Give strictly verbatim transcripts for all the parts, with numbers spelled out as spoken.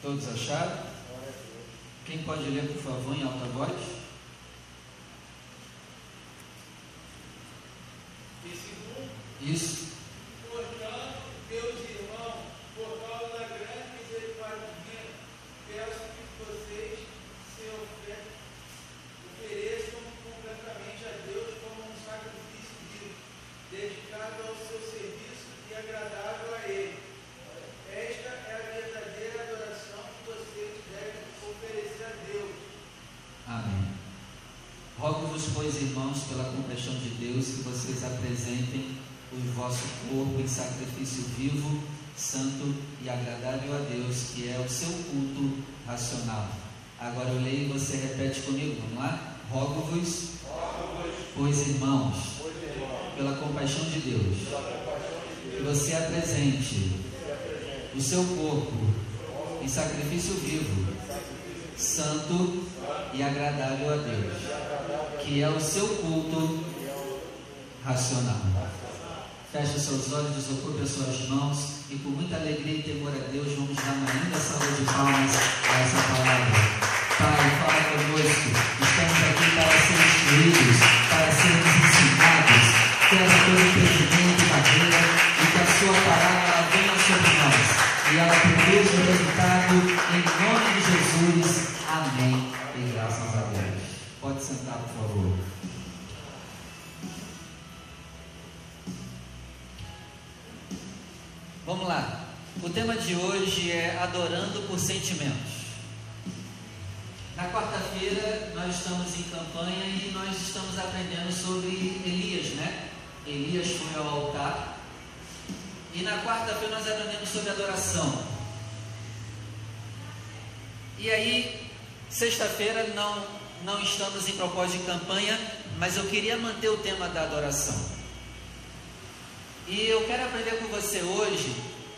Todos acharam? Quem pode ler, por favor, em alta voz? Isso. Portanto, meus irmãos, por causa da grande misericórdia divina, peço que vocês se ofe- ofereçam completamente a Deus como um sacrifício vivo, dedicado ao seu serviço e agradável a Ele. Esta é a verdadeira adoração que vocês devem oferecer a Deus. Amém. Rogo-vos, pois, irmãos, pela compaixão de Deus, que vocês apresentem o vosso corpo em sacrifício vivo, santo e agradável a Deus, que é o seu culto racional. Agora eu leio e você repete comigo, vamos lá? Rogo-vos, pois, irmãos, pela compaixão de Deus, que você apresente o seu corpo em sacrifício vivo, santo e agradável a Deus, que é o seu culto racional. Feche seus olhos, desocupe as suas mãos e com muita alegria e temor a Deus vamos dar uma linda salva de palmas a essa palavra. Pai, fala conosco. Estamos aqui para ser instruídos, para sermos ensinados. Quebra todo impedimento e barreira e que a sua palavra ela venha sobre nós e ela produza o resultado em nome de Jesus. Amém e graças a Deus. Pode sentar, por favor. Vamos lá, o tema de hoje é adorando por sentimentos. Na quarta-feira nós estamos em campanha e nós estamos aprendendo sobre Elias, né? Elias foi ao altar e na quarta-feira nós aprendemos sobre adoração. E aí, sexta-feira não, não estamos em propósito de campanha, mas eu queria manter o tema da adoração. E eu quero aprender com você hoje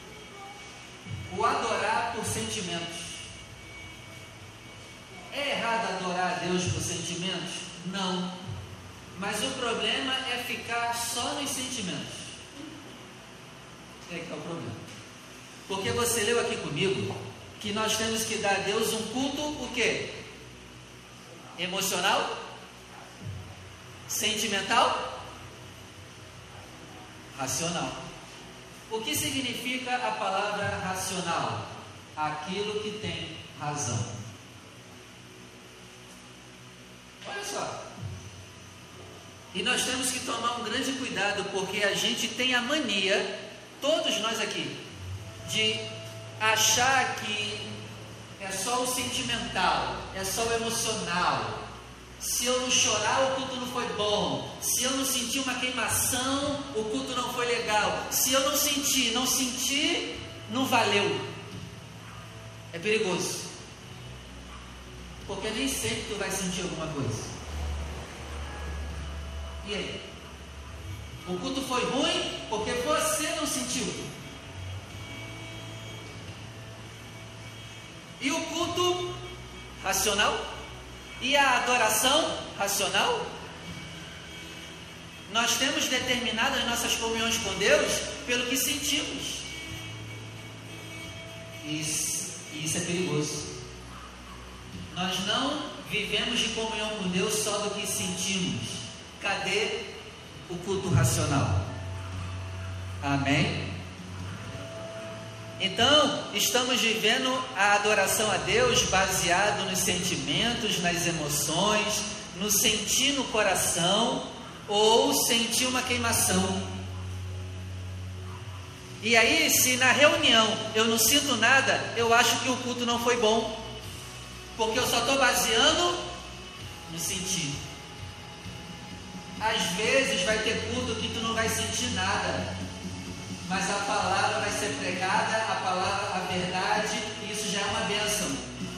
o adorar por sentimentos. É errado adorar a Deus por sentimentos? Não. Mas o problema é ficar só nos sentimentos. É que é o problema. Porque você leu aqui comigo que nós temos que dar a Deus um culto, o quê? Emocional? Sentimental? Racional. O que significa a palavra racional? Aquilo que tem razão. Olha só. E nós temos que tomar um grande cuidado, porque a gente tem a mania, todos nós aqui, de achar que é só o sentimental, é só o emocional. Se eu não chorar, o culto não foi bom. Se eu não sentir uma queimação, o culto não foi legal. Se eu não sentir, não sentir, não valeu. É perigoso. Porque nem sempre tu vai sentir alguma coisa. E aí? O culto foi ruim porque você não sentiu. E o culto racional? E a adoração racional? Nós temos determinadas nossas comunhões com Deus pelo que sentimos. Isso, isso é perigoso. Nós não vivemos de comunhão com Deus só do que sentimos. Cadê o culto racional? Amém? Então, estamos vivendo a adoração a Deus baseado nos sentimentos, nas emoções, no sentir no coração ou sentir uma queimação. E aí, se na reunião eu não sinto nada, eu acho que o culto não foi bom, porque eu só estou baseando no sentir. Às vezes vai ter culto que tu não vai sentir nada, mas a palavra vai ser pregada, a palavra, a verdade, e isso já é uma bênção.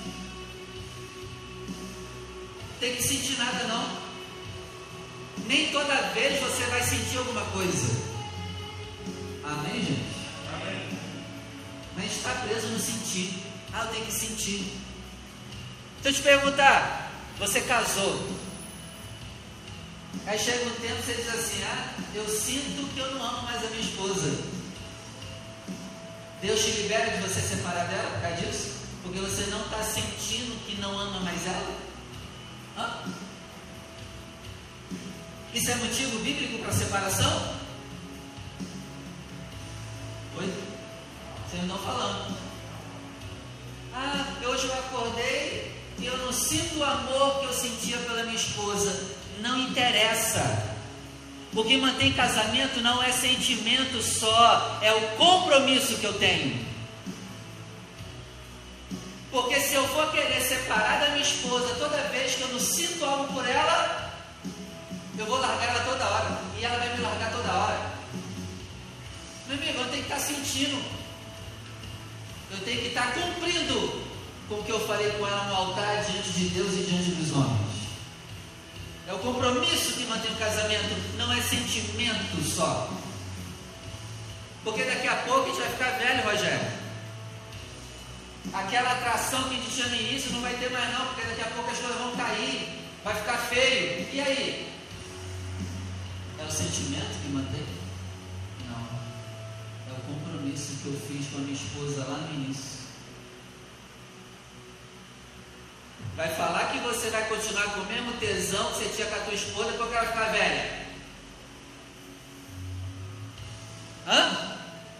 Tem que sentir nada não. Nem toda vez você vai sentir alguma coisa. Amém, gente? Amém. Mas está preso no sentir. Ah, eu tenho que sentir. Deixa eu te perguntar, você casou, aí chega um tempo você diz assim: ah, eu sinto que eu não amo mais a minha esposa. Deus te libera de você separar dela por causa disso? Porque você não está sentindo que não ama mais ela? Hã? Isso é motivo bíblico para separação? Oi? Vocês não estão falando. Ah, hoje eu acordei e eu não sinto o amor que eu sentia pela minha esposa. Não interessa. O que mantém casamento não é sentimento só, é o compromisso que eu tenho. Porque se eu for querer separar da minha esposa toda vez que eu não sinto algo por ela, eu vou largar ela toda hora, e ela vai me largar toda hora. Meu amigo, eu tenho que estar sentindo, eu tenho que estar cumprindo com o que eu falei com ela no altar, diante de Deus e diante dos homens. É o compromisso que mantém o casamento, não é sentimento só. Porque daqui a pouco a gente vai ficar velho, Rogério. Aquela atração que a gente tinha no início não vai ter mais não, porque daqui a pouco as coisas vão cair, vai ficar feio. E aí? É o sentimento que mantém? Não. É o compromisso que eu fiz com a minha esposa lá no início. Vai falar que você vai continuar com o mesmo tesão que você tinha com a tua esposa porque ela vai ficar velha? Hã?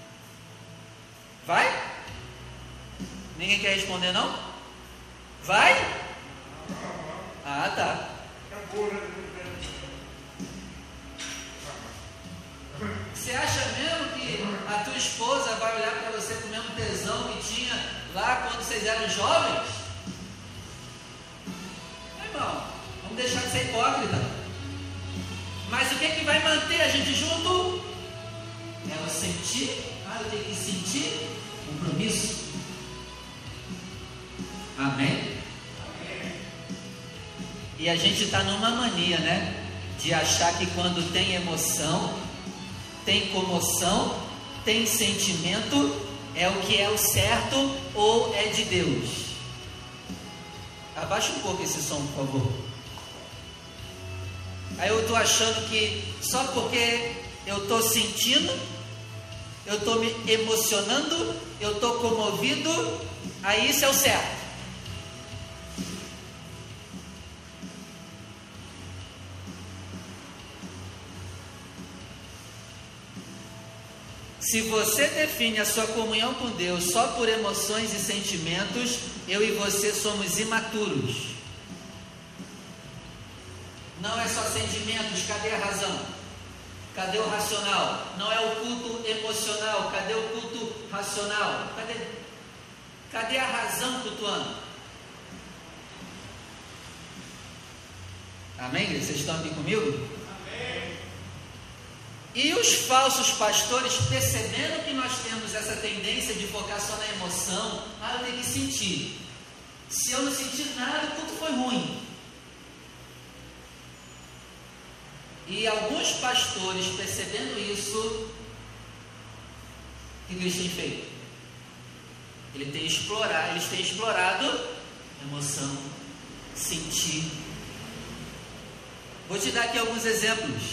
Vai? Ninguém quer responder não? Vai? Ah, tá. Você acha mesmo que a tua esposa vai olhar para você com o mesmo tesão que tinha lá quando vocês eram jovens? Irmão, vamos deixar de ser hipócrita. Mas o que é que vai manter a gente junto? É o sentir. Ah, eu tenho que sentir compromisso. Amém? Amém. E a gente está numa mania, né? De achar que quando tem emoção, tem comoção, tem sentimento, é o que é o certo ou é de Deus. Abaixa um pouco esse som, por favor. Aí eu estou achando que só porque eu estou sentindo, eu estou me emocionando, eu estou comovido, aí isso é o certo. Se você define a sua comunhão com Deus só por emoções e sentimentos, eu e você somos imaturos. Não é só sentimentos, cadê a razão? Cadê o racional? Não é o culto emocional, cadê o culto racional? Cadê, cadê a razão cultuando? Amém, igreja? Vocês estão aqui comigo? E os falsos pastores, percebendo que nós temos essa tendência de focar só na emoção, ah, eu tenho que sentir. Se eu não sentir nada, o culto foi ruim. E alguns pastores, percebendo isso, o que eles têm feito? Ele tem explorado, eles têm explorado emoção, sentir. Vou te dar aqui alguns exemplos.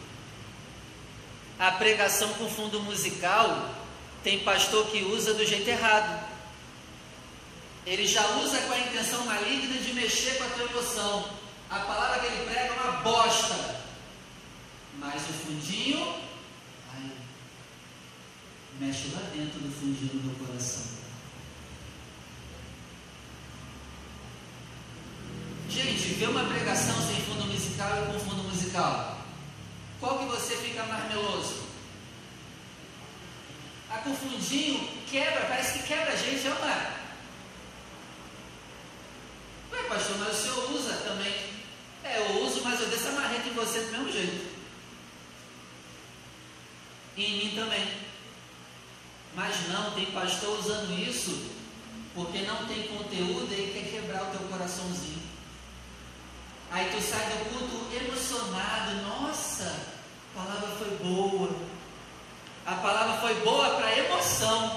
A pregação com fundo musical, tem pastor que usa do jeito errado. Ele já usa com a intenção maligna de mexer com a tua emoção. A palavra que ele prega é uma bosta, mas o fundinho, ai, mexe lá dentro do fundinho do meu coração. Gente, vê uma pregação sem fundo musical e com fundo musical. Qual que você fica mais meloso? A com fundinho quebra, parece que quebra a gente, não é? Ué, pastor, mas o senhor usa também. É, eu uso, mas eu desço a marreta em você do mesmo jeito. E em mim também. Mas não, tem pastor usando isso porque não tem conteúdo e quer quebrar o teu coraçãozinho. Aí tu sai do culto emocionado. Nossa, a palavra foi boa. A palavra foi boa para emoção.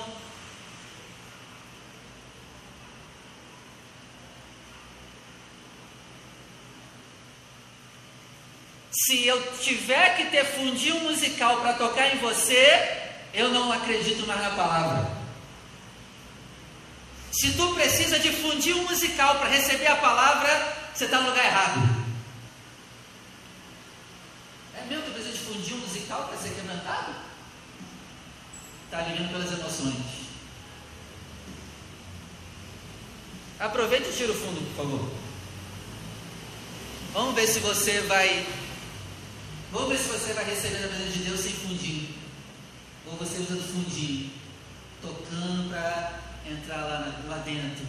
Se eu tiver que ter fundinho musical para tocar em você, eu não acredito mais na palavra. Se tu precisa de fundir um musical para receber a palavra, você está no lugar errado. É mesmo que tu precisa de fundir um musical para ser quebrantado? Está aliviando pelas emoções. Aproveita e tira o fundo, por favor. Vamos ver se você vai Vamos ver se você vai receber a presença de Deus sem fundir. Ou você usa do fundinho, tocando para entrar lá, na, lá dentro.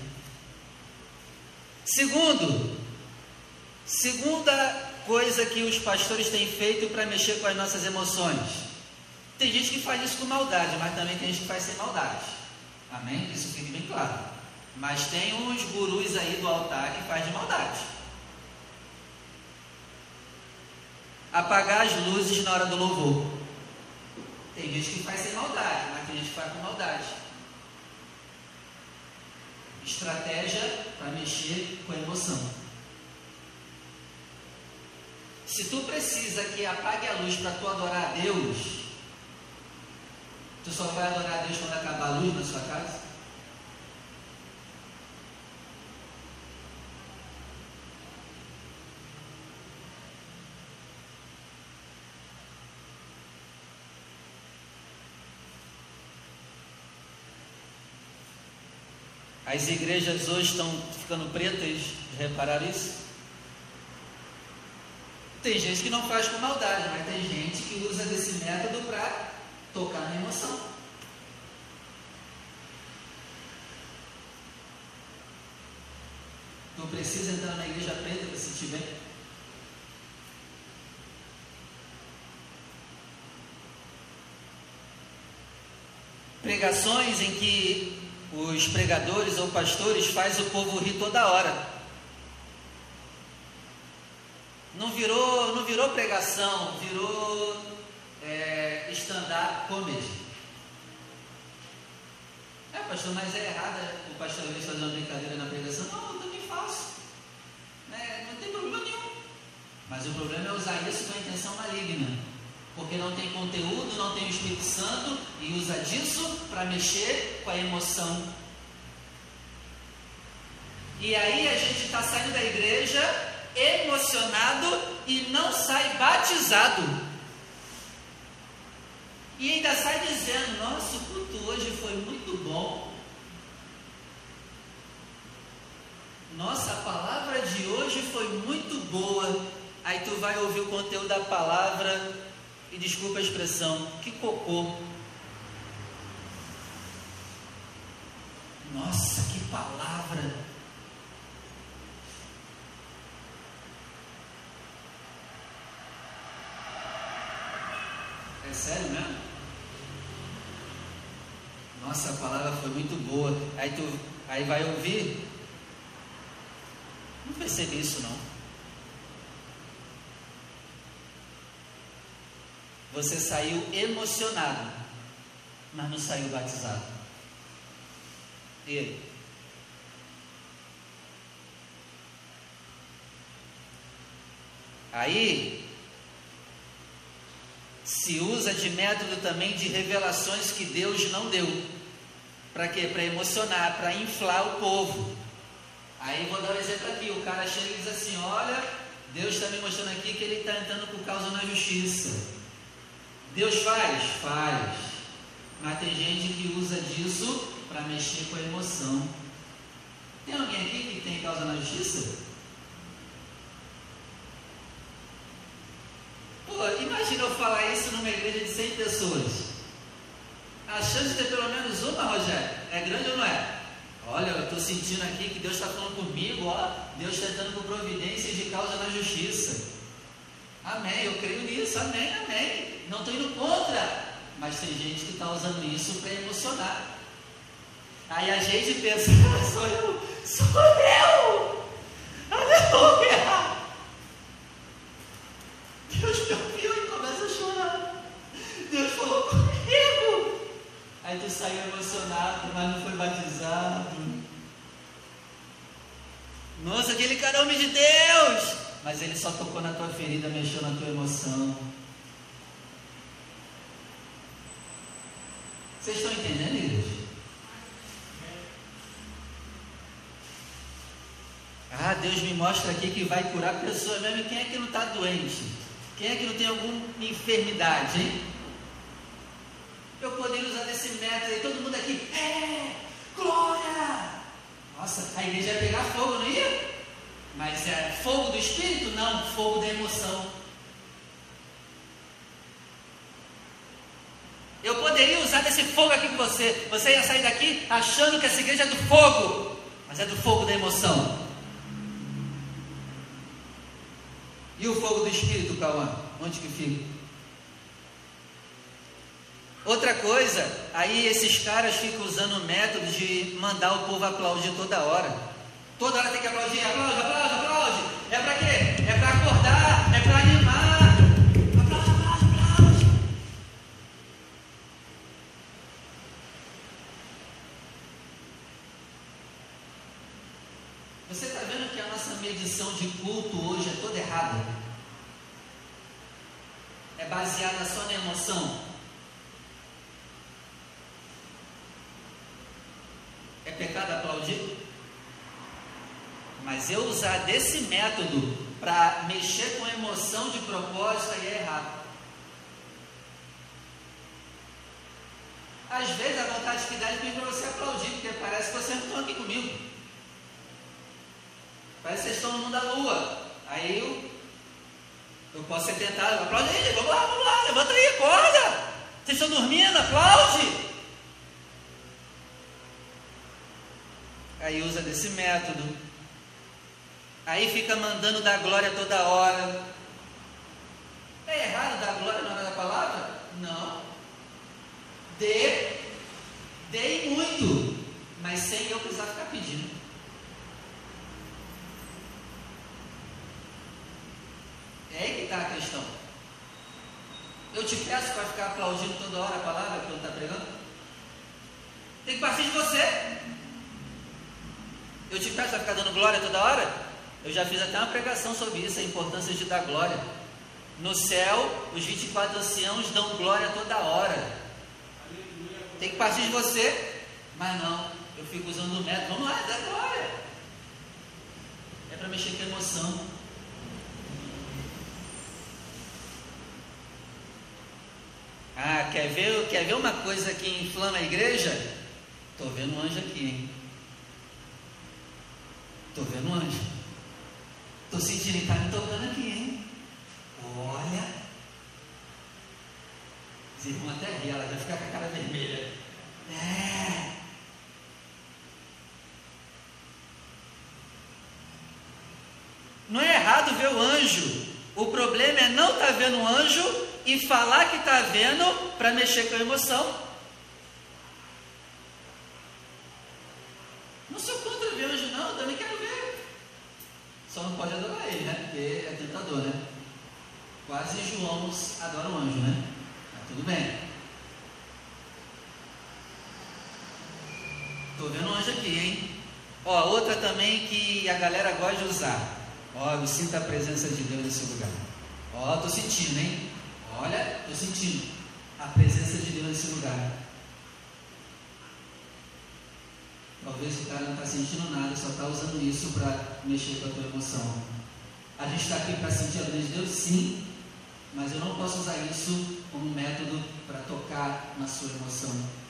Segundo, segunda coisa que os pastores têm feito para mexer com as nossas emoções. Tem gente que faz isso com maldade, mas também tem gente que faz sem maldade. Amém? Isso fica bem claro. Mas tem uns gurus aí do altar que faz de maldade. Apagar as luzes na hora do louvor. Tem gente que faz sem maldade, mas tem gente que faz com maldade. Estratégia para mexer com a emoção. Se tu precisa que apague a luz para tu adorar a Deus, tu só vai adorar a Deus quando acabar a luz na sua casa? As igrejas hoje estão ficando pretas, de reparar isso? Tem gente que não faz com maldade, mas tem gente que usa desse método para tocar na emoção. Tu precisa entrar na igreja preta para se sentir bem? Pregações em que os pregadores ou pastores fazem o povo rir toda hora. Não virou, não virou pregação, virou é, stand-up comedy. É, pastor, mas é errado o pastor às vezes fazer uma brincadeira na pregação? Não, eu também faço. É, não tem problema nenhum. Mas o problema é usar isso com a intenção maligna. Porque não tem conteúdo, não tem o Espírito Santo e usa disso para mexer com a emoção. E aí a gente está saindo da igreja emocionado e não sai batizado. E ainda sai dizendo: nossa, o culto hoje foi muito bom. Nossa, a palavra de hoje foi muito boa. Aí tu vai ouvir o conteúdo da palavra e, desculpa a expressão, que cocô. Nossa, que palavra. É sério mesmo? Nossa, a palavra foi muito boa. Aí tu aí vai ouvir. Não percebi isso não. Você saiu emocionado, mas não saiu batizado. E aí? Aí se usa de método também de revelações que Deus não deu. Para quê? Para emocionar, para inflar o povo. Aí vou dar um exemplo aqui. O cara chega e diz assim: olha, Deus está me mostrando aqui que ele está entrando por causa na justiça. Deus faz? Faz. Mas tem gente que usa disso para mexer com a emoção. Tem alguém aqui que tem causa na justiça? Pô, imagina eu falar isso numa igreja de cem pessoas. A chance de ter pelo menos uma, Rogério, é grande ou não é? Olha, eu estou sentindo aqui que Deus está falando comigo, ó, Deus está dando por providências de causa na justiça. Amém, eu creio nisso, amém, amém. Não estou indo contra, mas tem gente que está usando isso para emocionar. Aí a gente pensa: sou eu, sou eu, aleluia. Deus me ouviu e começa a chorar. Deus falou comigo. Aí tu saiu emocionado, mas não foi batizado. Nossa, aquele cara é homem de Deus. Mas ele só tocou na tua ferida, mexeu na tua emoção. Vocês estão entendendo, igreja? Ah, Deus me mostra aqui que vai curar pessoas mesmo. Quem é que não está doente? Quem é que não tem alguma enfermidade, hein? Eu poderia usar desse método aí, todo mundo aqui, é, glória! Nossa, a igreja ia pegar fogo, não ia? Mas é fogo do Espírito? Não, fogo da emoção. Eu poderia usar desse fogo aqui com você. Você ia sair daqui achando que essa igreja é do fogo, mas é do fogo da emoção. E o fogo do Espírito, Cauã? Onde que fica? Outra coisa, aí esses caras ficam usando o método de mandar o povo aplaudir toda hora. Toda hora tem que aplaudir, aplaude, aplaude, aplaude. É para quê? É para acordar, é para animar. Aplaude, aplaude, aplaude. Você está vendo que a nossa medição de culto hoje é toda errada? É baseada só na emoção? É pecado aplaudir? Mas eu usar desse método para mexer com emoção de propósito aí é errado. Às vezes a vontade que dá é para você aplaudir, porque parece que vocês não estão aqui comigo. Parece que vocês estão no mundo da lua. Aí eu, eu posso ser tentado, aplaude aí, vamos lá, vamos lá, levanta aí, acorda. Vocês estão dormindo, aplaude. Aí usa desse método. Aí fica mandando dar glória toda hora. É errado dar glória na hora da palavra? Não. Dê, dê muito, mas sem eu precisar ficar pedindo. É aí que está a questão. Eu te peço para ficar aplaudindo toda hora a palavra que eu estou pregando? Tem que partir de você. Eu te peço para ficar dando glória toda hora? Eu já fiz até uma pregação sobre isso, a importância de dar glória. No céu, os vinte e quatro anciãos dão glória toda hora. Tem que partir de você. Mas não, eu fico usando o método. Vamos lá, dá glória. É para mexer com a emoção. Ah, quer ver, quer ver uma coisa que inflama a igreja? Estou vendo um anjo aqui, hein? Estou vendo um anjo. Estou sentindo que está me tocando aqui, hein? Olha. Os irmãos até ri, ela vai ficar com a cara vermelha. É. Não é errado ver o anjo. O problema é não estar tá vendo o anjo e falar que está vendo para mexer com a emoção. Não sou contra ver anjo, não, eu também quero ver. Só não pode adorar ele, né? Porque é tentador, né? Quase João adora o anjo, né? Tá tudo bem. Estou vendo um anjo aqui, hein? Ó, outra também que a galera gosta de usar. Ó, eu sinto a presença de Deus nesse lugar. Ó, estou sentindo, hein? Olha, estou sentindo a presença de Deus nesse lugar. Talvez o cara não está sentindo nada, só está usando isso para mexer com a tua emoção. A gente está aqui para sentir a presença de Deus, sim, mas eu não posso usar isso como método para tocar na sua emoção.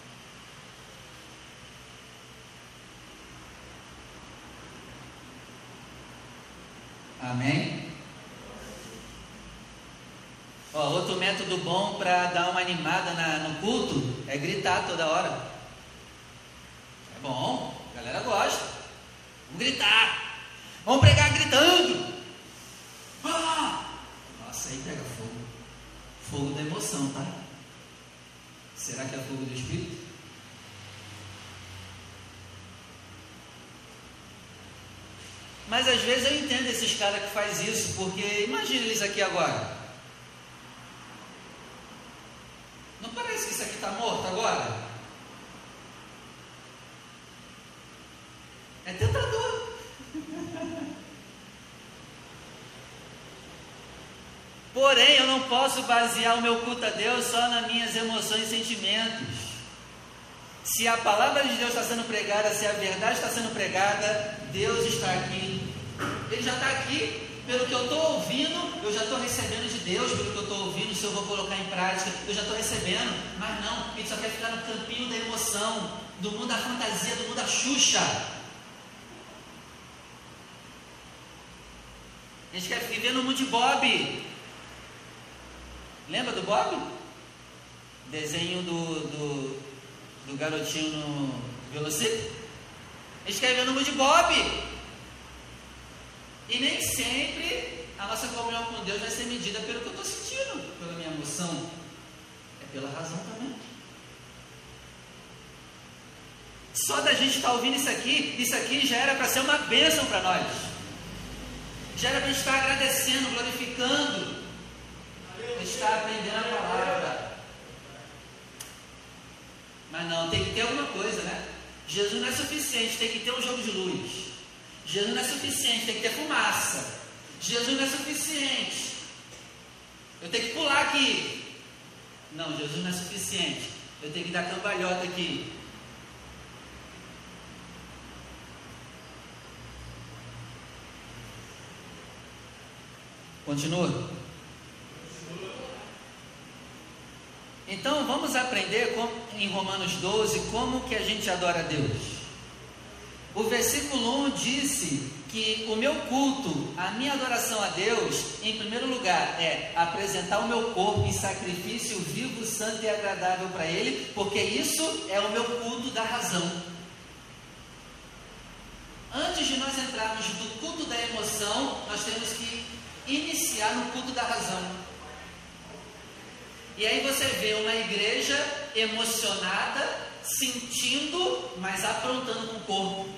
Amém? Ó, outro método bom para dar uma animada na, no culto é gritar toda hora. É bom, a galera gosta. Vamos gritar. Vamos pregar gritando. Ah! Nossa, aí pega fogo. Fogo da emoção, tá? Será que é fogo do Espírito? Mas às vezes eu entendo esses caras que fazem isso, porque imagina eles aqui agora. Não parece que isso aqui está morto agora? É tentador. Porém, eu não posso basear o meu culto a Deus só nas minhas emoções e sentimentos. Se a palavra de Deus está sendo pregada, se a verdade está sendo pregada, Deus está aqui Ele já está aqui, pelo que eu estou ouvindo, eu já estou recebendo de Deus, pelo que eu estou ouvindo, se eu vou colocar em prática, eu já estou recebendo, mas não, a gente só quer ficar no campinho da emoção, do mundo da fantasia, do mundo da Xuxa. A gente quer viver no mundo de Bob. Lembra do Bob? Desenho do, do, do garotinho no velocípede. A gente quer viver no mundo de Bob. E nem sempre a nossa comunhão com Deus vai ser medida pelo que eu estou sentindo, pela minha emoção. É pela razão também. Só da gente estar ouvindo isso aqui, isso aqui já era para ser uma bênção para nós. Já era para a gente estar agradecendo, glorificando. A gente está aprendendo a palavra. Mas não, tem que ter alguma coisa, né? Jesus não é suficiente, tem que ter um jogo de luz. Jesus não é suficiente, tem que ter fumaça. Jesus não é suficiente, eu tenho que pular aqui. Não, Jesus não é suficiente, eu tenho que dar cambalhota aqui. Continua. Então vamos aprender como, em Romanos doze, como que a gente adora a Deus. O versículo um disse que o meu culto, a minha adoração a Deus, em primeiro lugar, é apresentar o meu corpo em sacrifício vivo, santo e agradável para Ele, porque isso é o meu culto da razão. Antes de nós entrarmos do culto da emoção, nós temos que iniciar no culto da razão. E aí você vê uma igreja emocionada, sentindo, mas aprontando com o corpo.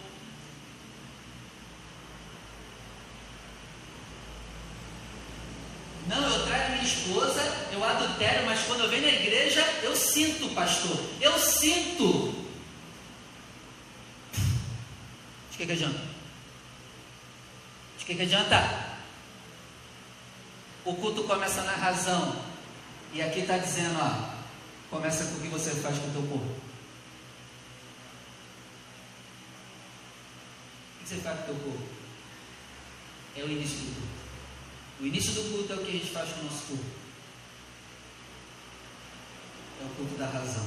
Não, eu traio minha esposa, eu adultero, mas quando eu venho na igreja, eu sinto, pastor. Eu sinto. De que que adianta? De que que adianta? O culto começa na razão. E aqui está dizendo, ó, começa com o que você faz com o teu corpo. O que você faz com o teu corpo? É o início do culto. O início do culto é o que a gente faz com o nosso corpo. É o culto da razão.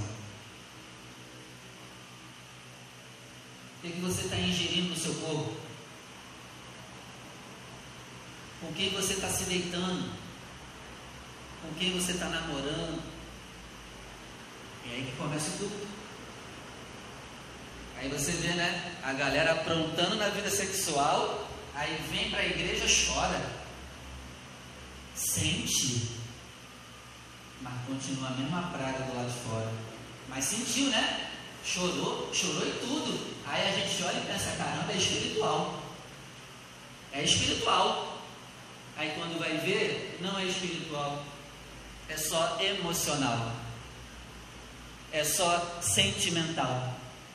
O que, é que você está ingerindo no seu corpo? Com quem você está se deitando? Com quem você está namorando? É aí que começa o culto. Aí você vê, né? A galera aprontando na vida sexual, aí vem para a igreja, chora. Sente, mas continua a mesma praga do lado de fora. Mas sentiu, né? Chorou, chorou e tudo. Aí a gente olha e pensa, caramba, é espiritual. É espiritual. Aí quando vai ver, não é espiritual. É só emocional. É só sentimental.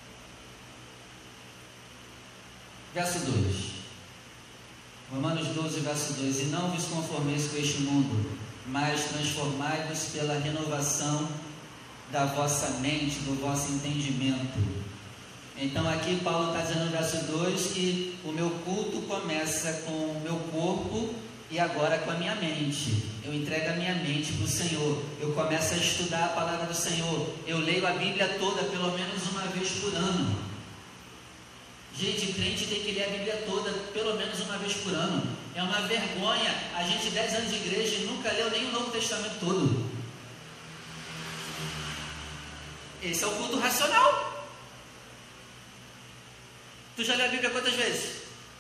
Verso dois. Romanos doze, verso dois. E não vos conformeis com este mundo, mas transformai-vos pela renovação da vossa mente, do vosso entendimento. Então aqui Paulo está dizendo no verso dois que o meu culto começa com o meu corpo e agora com a minha mente. Eu entrego a minha mente para o Senhor. Eu começo a estudar a palavra do Senhor. Eu leio a Bíblia toda pelo menos uma vez por ano. Gente, crente tem que ler a Bíblia toda pelo menos uma vez por ano. É uma vergonha a gente, dez anos de igreja, e nunca leu nem o Novo Testamento todo. Esse é o culto racional. Tu já leu a Bíblia quantas vezes?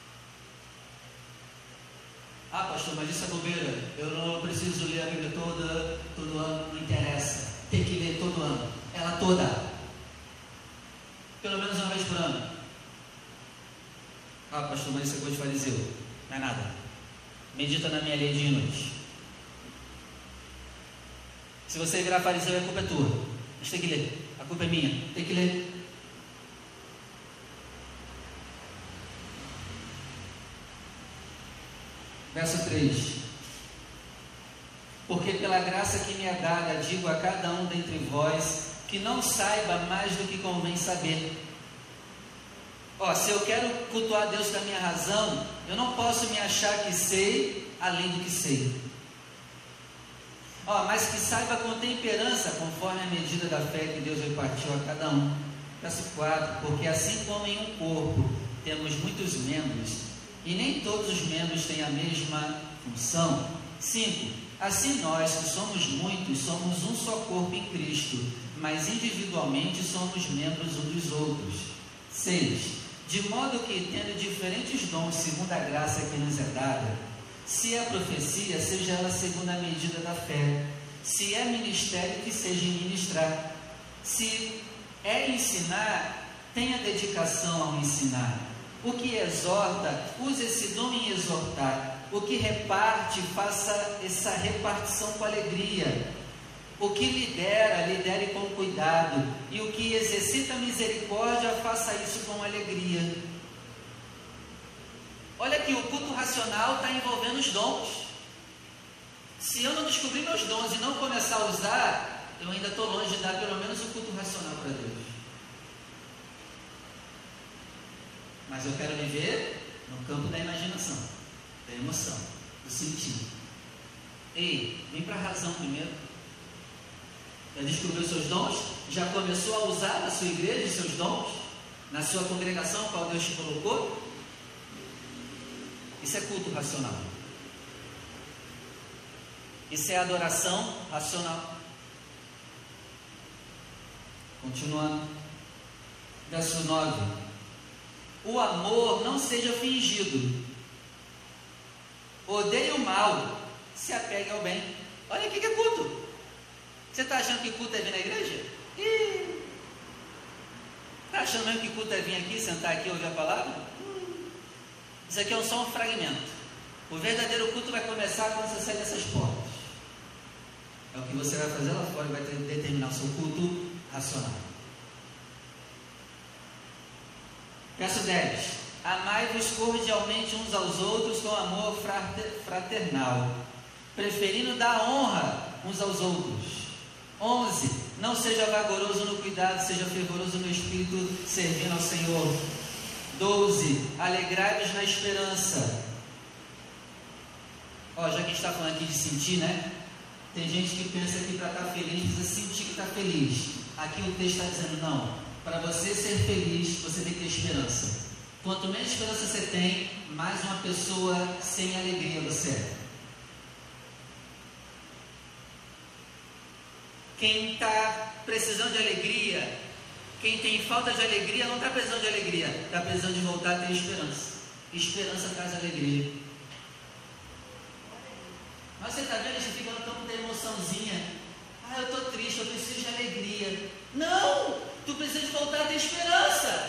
Ah, pastor, mas isso é bobeira. Eu não preciso ler a Bíblia toda, todo ano, não interessa. Tem que ler todo ano, ela toda. Pelo menos uma vez por ano. Ah, pastor, mas isso é coisa de fariseu. Não é nada. Medita na minha lei dia e noite. Se você virar fariseu, a culpa é tua. Mas tem que ler. A culpa é minha. Tem que ler. Verso três. Porque pela graça que me é dada, digo a cada um dentre vós, que não saiba mais do que convém saber. Ó, se eu quero cultuar a Deus com a minha razão, eu não posso me achar que sei além do que sei. Ó, mas que saiba com temperança, conforme a medida da fé que Deus repartiu a cada um. Verso quatro, porque assim como em um corpo temos muitos membros, e nem todos os membros têm a mesma função. cinco, assim nós, que somos muitos, somos um só corpo em Cristo, mas individualmente somos membros uns dos outros. seis, de modo que, tendo diferentes dons segundo a graça que nos é dada, se é profecia, seja ela segundo a medida da fé. Se é ministério, que seja em ministrar. Se é ensinar, tenha dedicação ao ensinar. O que exorta, use esse dom em exortar. O que reparte, faça essa repartição com alegria. O que lidera, lidere com cuidado. E o que exercita misericórdia, faça isso com alegria. Olha aqui, o culto racional está envolvendo os dons. Se eu não descobrir meus dons e não começar a usar, eu ainda estou longe de dar pelo menos o culto racional para Deus. Mas eu quero viver no campo da imaginação, da emoção, do sentir. Ei, vem para a razão primeiro. Já descobriu os seus dons? Já começou a usar na sua igreja os seus dons? Na sua congregação, qual Deus te colocou? Isso é culto racional. Isso é adoração racional. Continuando. Verso nove. O amor não seja fingido. Odeie o mal, se apegue ao bem. Olha o que é culto. Você está achando que culto é vir na igreja? Está achando mesmo que culto é vir aqui, sentar aqui e ouvir a palavra? Hum. Isso aqui é só um fragmento. O verdadeiro culto vai começar quando você sair dessas portas. É o que você vai fazer lá fora e vai determinar o seu culto racional. Verso dez. Amai-vos cordialmente uns aos outros com amor fraternal, preferindo dar honra uns aos outros. onze. Não seja vagaroso no cuidado, seja fervoroso no espírito, servindo ao Senhor. doze. Alegrai-vos na esperança. Ó, já que a gente está falando aqui de sentir, né? Tem gente que pensa que para estar feliz precisa sentir que está feliz. Aqui o texto está dizendo, não. Para você ser feliz, você tem que ter esperança. Quanto menos esperança você tem, mais uma pessoa sem alegria você é. Quem está precisando de alegria, quem tem falta de alegria, não está precisando de alegria, está precisando de voltar a ter esperança. Esperança traz alegria. Mas você está vendo, a gente fica no campo da emoçãozinha. Ah, eu estou triste, eu preciso de alegria. Não! Tu precisa de voltar a ter esperança.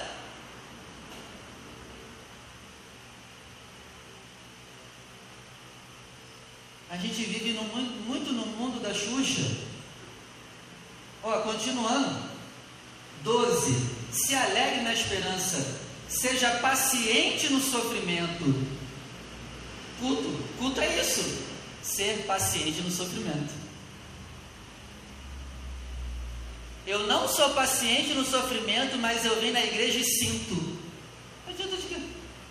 A gente vive no, muito no mundo da Xuxa. Ó, continuando. doze. Se alegre na esperança. Seja paciente no sofrimento. Culto. Culto é isso. Ser paciente no sofrimento. Eu não sou paciente no sofrimento, mas eu venho na igreja e sinto. Adianta de quê?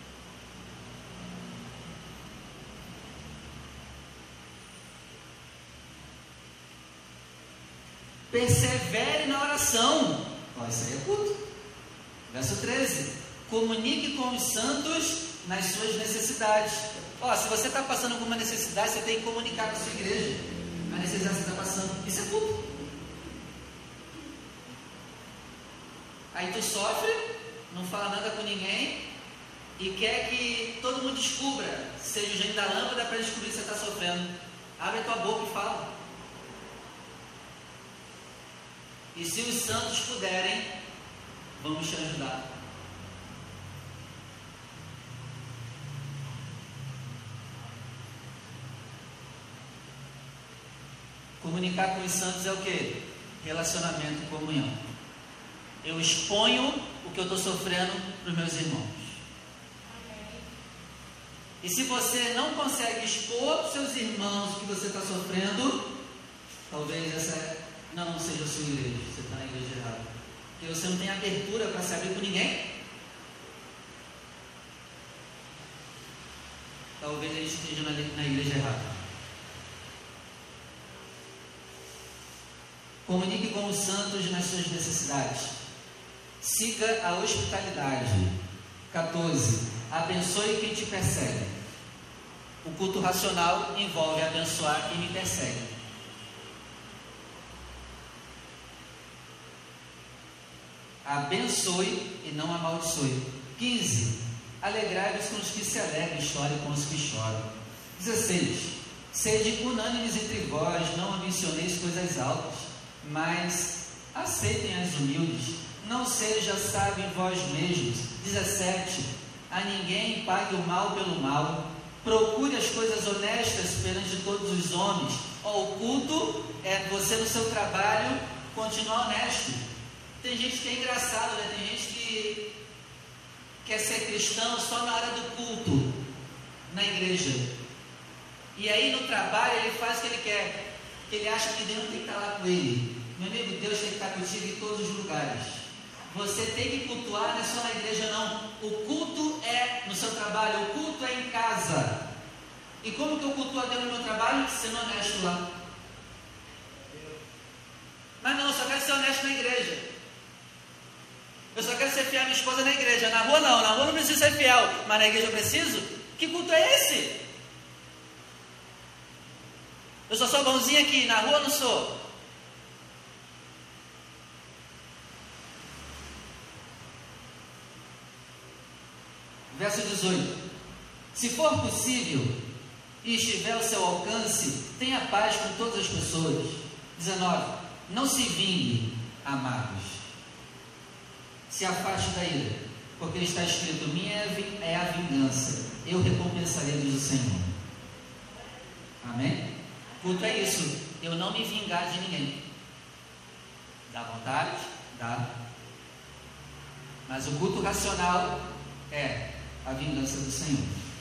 Persevere na oração. Ó, isso aí é culto. Verso treze. Comunique com os santos nas suas necessidades. Ó, se você está passando por uma necessidade, você tem que comunicar com a sua igreja a necessidade que você está passando. Isso é culto. Aí tu sofre, não fala nada com ninguém e quer que todo mundo descubra, seja o gênio da lâmpada para descobrir se você está sofrendo. Abre a tua boca e fala. E se os santos puderem, vamos te ajudar. Comunicar com os santos é o que? Relacionamento e comunhão. Eu exponho o que eu estou sofrendo para os meus irmãos. E se você não consegue expor para os seus irmãos o que você está sofrendo, talvez essa não seja a sua igreja. Você está na igreja errada. Porque você não tem abertura para se abrir com ninguém. talvez a gente esteja na, na igreja errada. Comunique com os santos nas suas necessidades. Siga a hospitalidade. quatorze. Abençoe quem te persegue. O culto racional envolve abençoar quem me persegue. Abençoe e não amaldiçoe. quinze. Alegrai-vos com os que se alegram, chore com os que choram. dezesseis. Sede unânimes entre vós, não ambicioneis coisas altas, mas aceitem as humildes. Não seja sábio em vós mesmos. dezessete. A ninguém pague o mal pelo mal. Procure as coisas honestas perante todos os homens. Ó, o culto é você no seu trabalho continuar honesto. Tem gente que é engraçado, né? Tem gente que quer ser cristão só na hora do culto, na igreja. E aí no trabalho ele faz o que ele quer, que ele acha que Deus tem que estar lá com ele. Meu amigo, Deus tem que estar contigo em todos os lugares. Você tem que cultuar, não é só na igreja não. O culto é no seu trabalho, o culto é em casa. E como que eu cultuo a Deus no meu trabalho? Sendo honesto lá. Mas não, eu só quero ser honesto na igreja. Eu só quero ser fiel à minha esposa na igreja. Na rua não, na rua não preciso ser fiel, mas na igreja eu preciso? Que culto é esse? Eu só sou bonzinho aqui, na rua não sou. Verso dezoito. Se for possível e estiver ao seu alcance, tenha paz com todas as pessoas. dezenove. Não se vingue, amados. Se afaste da ira, porque está escrito: minha é a vingança, eu recompensarei, diz o Senhor. Amém? Culto é isso, eu não me vingar de ninguém. Dá vontade? Dá. Mas o culto racional é a vingança do Senhor.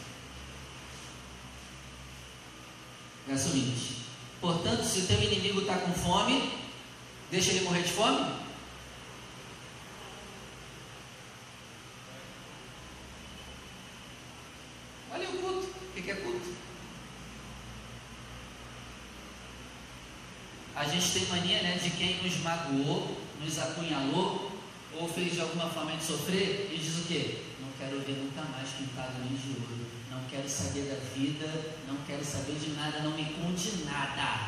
Verso vinte. Portanto, se o teu inimigo está com fome, deixa ele morrer de fome? Olha o culto. O que é culto? A gente tem mania, né, de quem nos magoou, nos apunhalou, ou fez de alguma forma a gente sofrer, e diz o quê? Não quero ver nunca mais pintado nem de ouro, não quero saber da vida, não quero saber de nada, não me conte nada.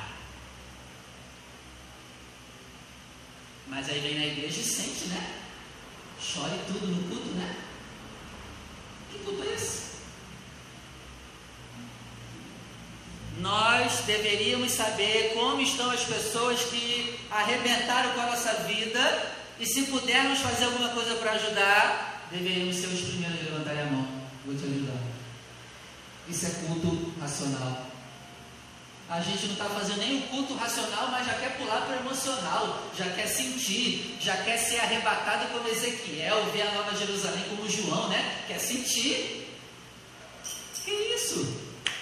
Mas aí vem na igreja e sente, né? Chore tudo no culto, né? Que culto é esse? Nós deveríamos saber como estão as pessoas que arrebentaram com a nossa vida, e se pudermos fazer alguma coisa para ajudar, deveríamos ser os primeiros a levantar a mão. Vou te ajudar. Isso é culto racional. A gente não está fazendo nem o culto racional, mas já quer pular para o emocional, já quer sentir, já quer ser arrebatado como Ezequiel, ver a Nova Jerusalém como João, né? Quer sentir. Que isso?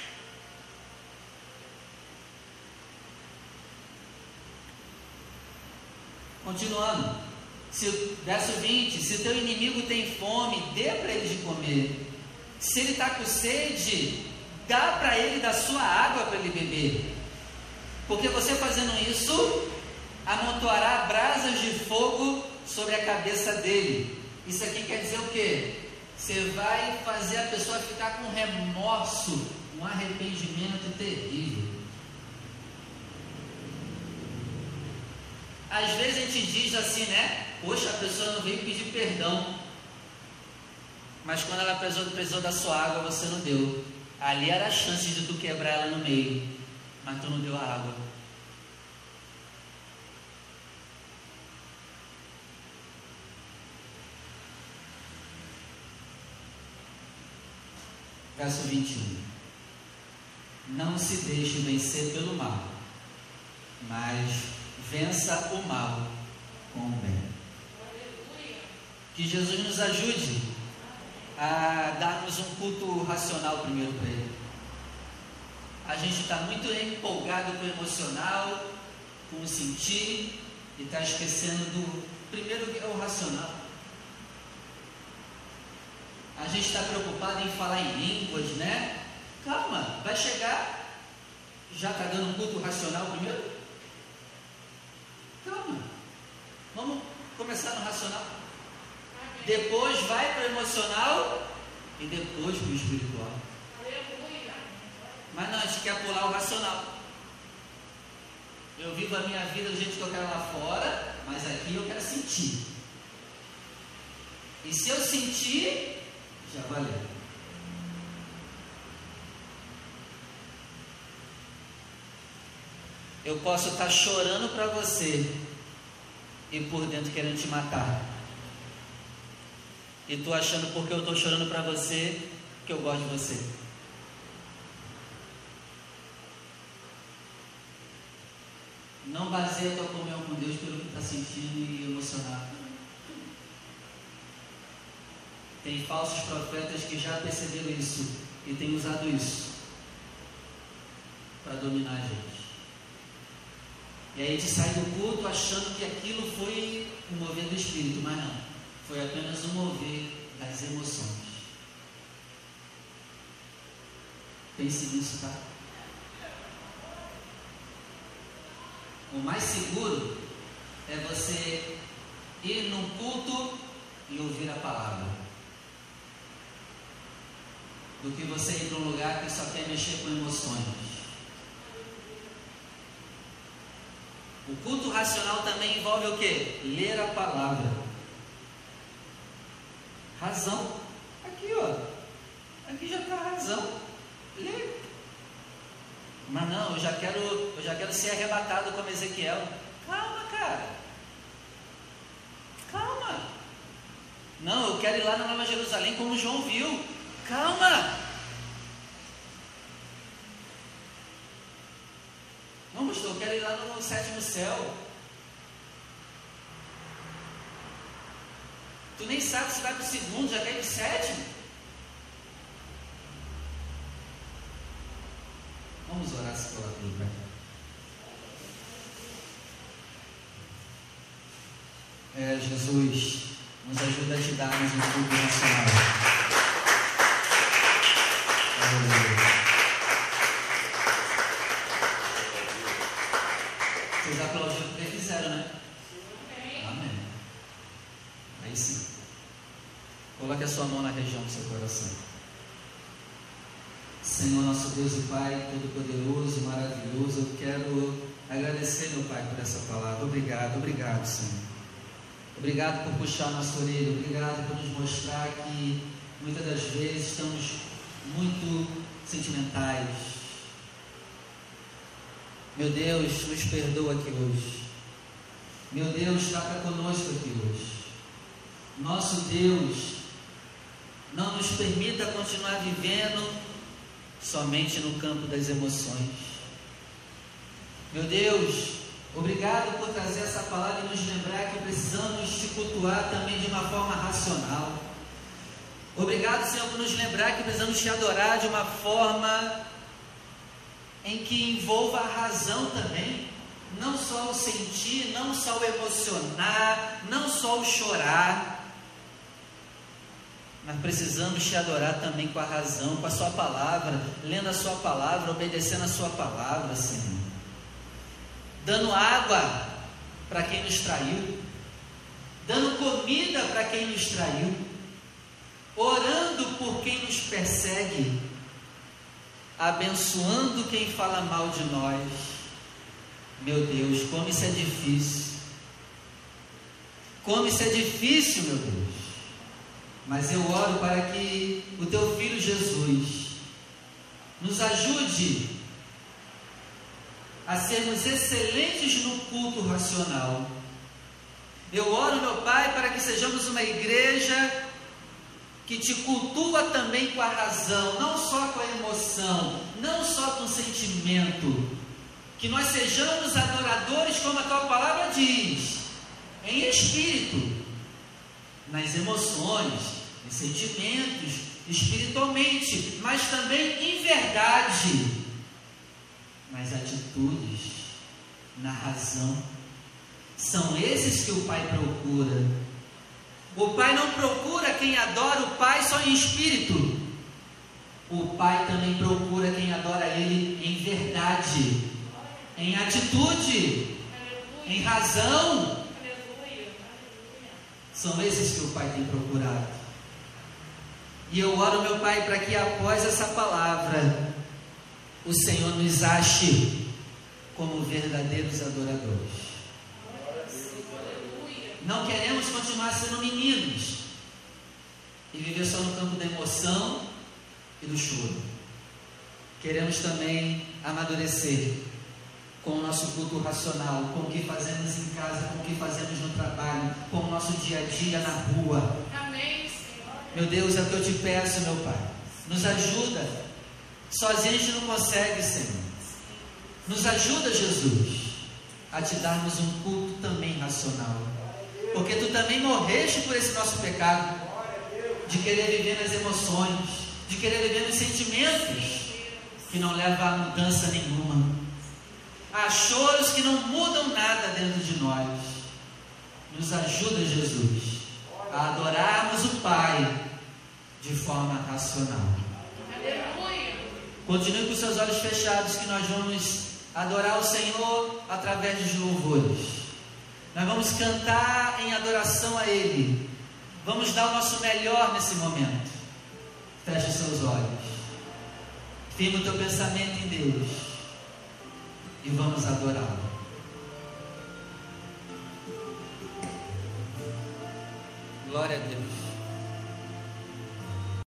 Continuando, se, verso vinte, se o teu inimigo tem fome, dê para ele de comer. Se ele está com sede, dá para ele da sua água para ele beber. Porque você fazendo isso, amontoará brasas de fogo sobre a cabeça dele. Isso aqui quer dizer o quê? Você vai fazer a pessoa ficar com remorso, um arrependimento terrível. Às vezes a gente diz assim, né? Poxa, a pessoa não veio pedir perdão, mas quando ela precisou, precisou da sua água, você não deu. Ali era a chance de tu quebrar ela no meio, mas tu não deu a água. Verso vinte e um. Não se deixe vencer pelo mal, mas vença o mal com o bem. Que Jesus nos ajude a darmos um culto racional primeiro para Ele. A gente está muito empolgado com o emocional, com o sentir, e está esquecendo do primeiro, que é o racional. A gente está preocupado em falar em línguas, né? Calma, vai chegar, já está dando culto racional primeiro? Calma, vamos começar no racional. Depois vai para o emocional e depois para o espiritual. Mas não, a gente quer pular o racional. Eu vivo a minha vida do jeito que eu quero lá fora, mas aqui eu quero sentir. E se eu sentir, já valeu. Eu posso estar chorando para você e por dentro querendo te matar. E tu achando porque eu estou chorando para você que eu gosto de você. Não baseia a tua comunhão com Deus pelo que está sentindo e emocionado. Tem falsos profetas que já perceberam isso e têm usado isso para dominar a gente. E aí a gente sai do culto achando que aquilo foi um mover do Espírito, mas não. Foi apenas um mover das emoções. Pense nisso, tá? O mais seguro é você ir num culto e ouvir a palavra, do que você ir para um lugar que só quer mexer com emoções. O culto racional também envolve o quê? Ler a palavra. Razão. Aqui, ó. Aqui já está a razão. Lê. Mas não, eu já quero, eu já quero ser arrebatado como Ezequiel. Calma, cara. Calma. Não, eu quero ir lá na Nova Jerusalém como João viu. Calma. Não, pastor, eu quero ir lá no sétimo céu. Tu nem sabe se vai para o segundo, já quer ir para o sétimo. Vamos orar se pela Bíblia. É, Jesus, nos ajuda a te darmos um culto nacional. Aleluia. Vocês aplaudiram porque fizeram, né? Amém. Aí sim. Coloque a sua mão na região do seu coração. Senhor, nosso Deus e Pai, todo-poderoso e maravilhoso, eu quero agradecer, meu Pai, por essa palavra. Obrigado, obrigado, Senhor. Obrigado por puxar a nossa orelha. Obrigado por nos mostrar que muitas das vezes estamos muito sentimentais. Meu Deus, nos perdoa aqui hoje. Meu Deus, trata conosco aqui hoje. Nosso Deus, não nos permita continuar vivendo somente no campo das emoções. Meu Deus, obrigado por trazer essa palavra e nos lembrar que precisamos te cultuar também de uma forma racional. Obrigado, Senhor, por nos lembrar que precisamos te adorar de uma forma em que envolva a razão também, não só o sentir, não só o emocionar, não só o chorar, mas precisamos te adorar também com a razão, com a sua palavra, lendo a sua palavra, obedecendo a sua palavra, Senhor, dando água para quem nos traiu, dando comida para quem nos traiu, orando por quem nos persegue, abençoando quem fala mal de nós. Meu Deus, como isso é difícil, como isso é difícil, meu Deus. Mas eu oro para que o teu Filho Jesus nos ajude a sermos excelentes no culto racional. Eu oro, meu Pai, para que sejamos uma igreja que te cultua também com a razão, não só com a emoção, não só com o sentimento, que nós sejamos adoradores, como a tua palavra diz, em espírito, nas emoções, em sentimentos, espiritualmente, mas também em verdade, nas atitudes, na razão. São esses que o Pai procura. O Pai não procura quem adora o Pai só em espírito. o Pai também procura quem adora Ele em verdade, em atitude, em razão. São esses que o Pai tem procurado. E eu oro, meu Pai, para que após essa palavra, o Senhor nos ache como verdadeiros adoradores. Não queremos continuar sendo meninos e viver só no campo da emoção e do choro. Queremos também amadurecer com o nosso culto racional, com o que fazemos em casa, com o que fazemos no trabalho, com o nosso dia a dia na rua. Amém, Senhor. Meu Deus, é o que eu te peço, meu Pai. Nos ajuda. Sozinho a gente não consegue, Senhor. Nos ajuda, Jesus, a te darmos um culto também racional. Porque tu também morreste por esse nosso pecado, de querer viver nas emoções, de querer viver nos sentimentos, que não levam a mudança nenhuma. Há choros que não mudam nada dentro de nós. Nos ajuda, Jesus, a adorarmos o Pai de forma racional. Aleluia. Continue com seus olhos fechados, que nós vamos adorar o Senhor através dos louvores. Nós vamos cantar em adoração a Ele. Vamos dar o nosso melhor nesse momento. Feche seus olhos. Firma o teu pensamento em Deus. E vamos adorá-lo. Glória a Deus.